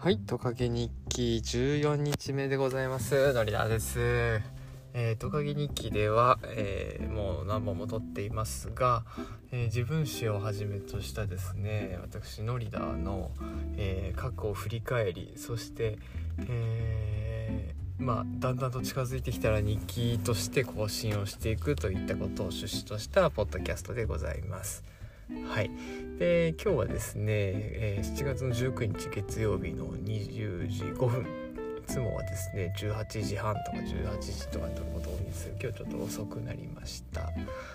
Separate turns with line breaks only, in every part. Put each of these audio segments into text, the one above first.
はい、トカゲ日記14日目でございます。のりだです。トカゲ日記では、もう何本も撮っていますが、自分史をはじめとしたですね、私のりだの、過去を振り返り、そして、だんだんと近づいてきたら日記として更新をしていくといったことを趣旨としたポッドキャストでございます。はい。で、今日はですね、7月の19日月曜日の20時5分。いつもはですね、18時半とか18時とか撮ること多いんですけど、今日ちょっと遅くなりました。はい。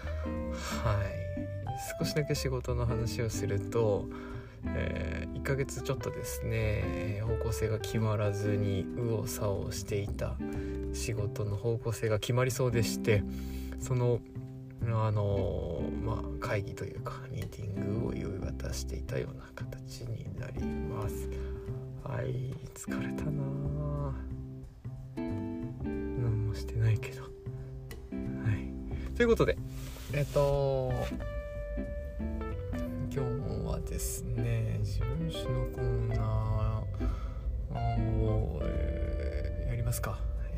少しだけ仕事の話をすると、1ヶ月ちょっとですね、方向性が決まらずに右往左往していた仕事の方向性が決まりそうでして、その会議というかミーティングを用意渡していたような形になります。はい、疲れたな。何もしてないけど。はい。ということで、今日はですね、自分史のコーナーを、やりますか。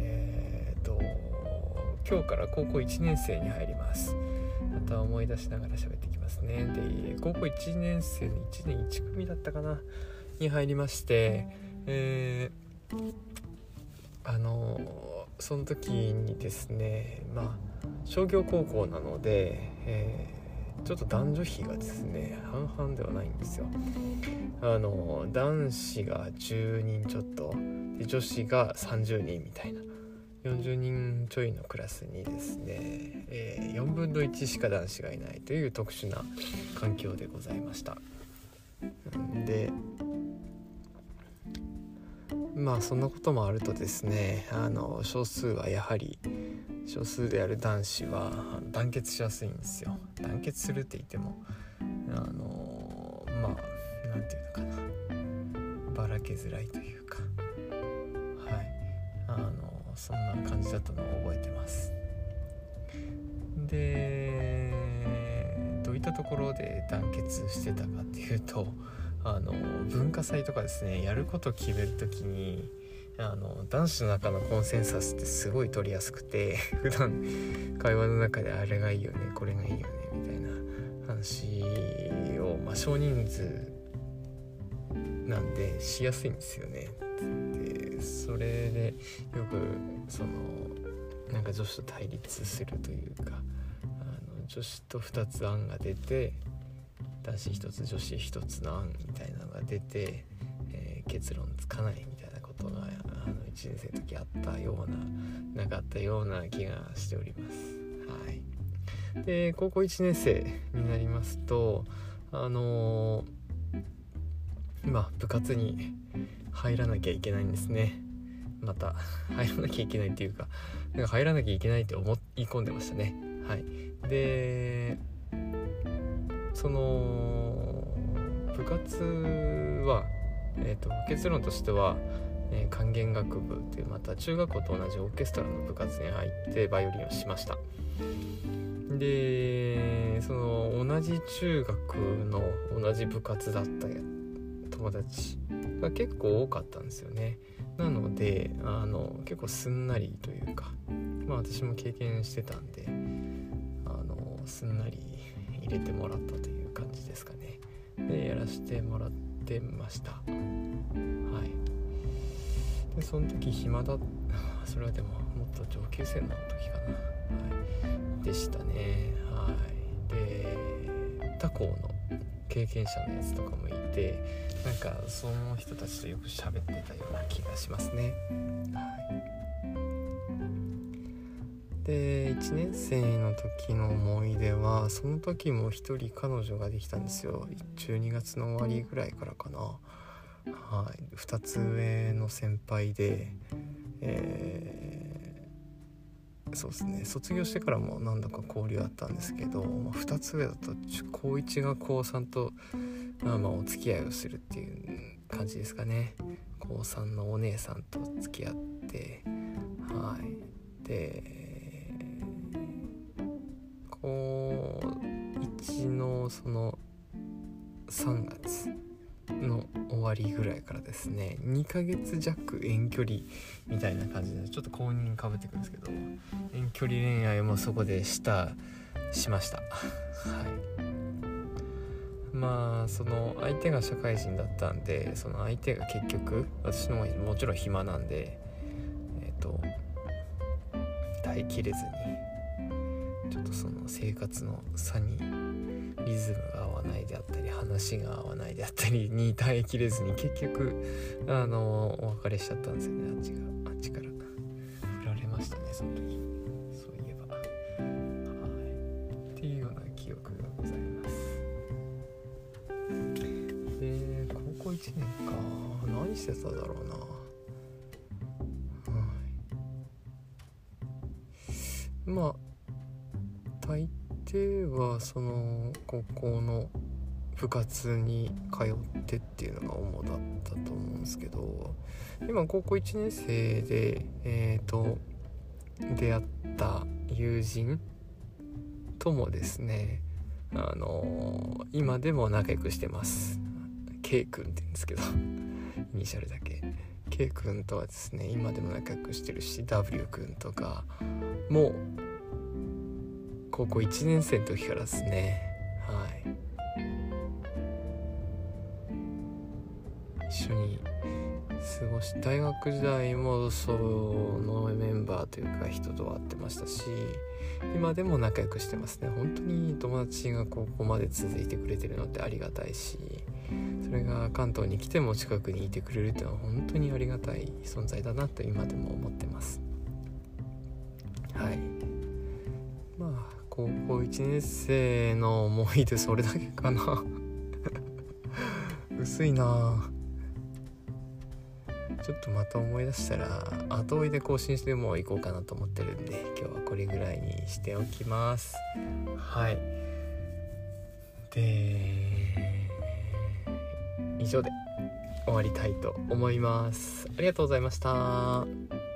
今日から高校1年生に入ります。また思い出しながら喋ってきますね。で、高校1年生の1年1組だったかなに入りまして、その時にですね、商業高校なので、ちょっと男女比がですね半々ではないんですよ。男子が10人ちょっとで女子が30人みたいな40人ちょいのクラスにですね、4分の1しか男子がいないという特殊な環境でございました。で、そんなこともあるとですね、少数である男子は団結しやすいんですよ。団結するって言ってもなんていうのかな、ばらけづらいというか、はい、そんな感じだったのを覚えてます。で、どういったところで団結してたかっていうと、文化祭とかですね、やること決めるときに男子の中のコンセンサスってすごい取りやすくて普段会話の中であれがいいよね、これがいいよねみたいな話を、少人数なんでしやすいんですよね。で、それでよく女子と対立するというか、女子と2つ案が出て、男子1つ女子1つの案みたいなのが出て、結論つかないみたいなことが1年生の時あったようななかったような気がしております。はい。で、高校1年生になりますと部活に入らなきゃいけないんですね。また入らなきゃいけないっていうか、入らなきゃいけないって思い込んでましたね。はい。で、その部活は、結論としては、管弦楽部っていうまた中学校と同じオーケストラの部活に入ってバイオリンをしました。で、その同じ中学の同じ部活だった友達が結構多かったんですよね。なので結構すんなりというか、私も経験してたんですんなり入れてもらったという感じですかね。で、やらせてもらってました。はい。で、その時暇だそれはでももっと上級生の時かな、はい、でしたね。はい。で、他校の経験者のやつとかもいて、その人たちとよく喋ってたような気がしますね。はい。で、1年生の時の思い出は、その時も一人彼女ができたんですよ。12月の終わりぐらいからかな。はい。2つ上の先輩で、そうですね、卒業してからも何度か交流あったんですけど、2つ上だと高1が高3とお付き合いをするっていう感じですかね。高3のお姉さんと付き合って、はい。で、高1のその3月の終わりぐらいからですね2ヶ月弱遠距離みたいな感じでちょっと公認かぶってくるんですけど、遠距離恋愛もそこでしました。はい。まあその相手が社会人だったんで、その相手が結局私のもちろん暇なんで耐えきれずにちょっとその生活の差にリズムが合わないであったり話が合わないであったりに耐えきれずに結局お別れしちゃったんですよね。あっちから振られましたね、その時。そういえばっていうような記憶がございます。で高校1年か何してただろうな。まあ大抵はその高校の部活に通ってっていうのが主だったと思うんですけど、今高校1年生で出会った友人ともですね今でも仲良くしてます。 K 君って言うんですけどイニシャルだけ K 君とはですね今でも仲良くしてるし、 W 君とかもう高校1年生の時からですね、一緒に過ごし、大学時代もそのメンバーというか人と会ってましたし、今でも仲良くしてますね。本当に友達が高校まで続いてくれてるのってありがたいし、それが関東に来ても近くにいてくれるっていうのは本当にありがたい存在だなと今でも思ってます。はい。まあ高校1年生の思い出それだけかな薄いな。ちょっとまた思い出したら後追いで更新しても行こうかなと思ってるんで、今日はこれぐらいにしておきます。はい。で以上で終わりたいと思います。ありがとうございました。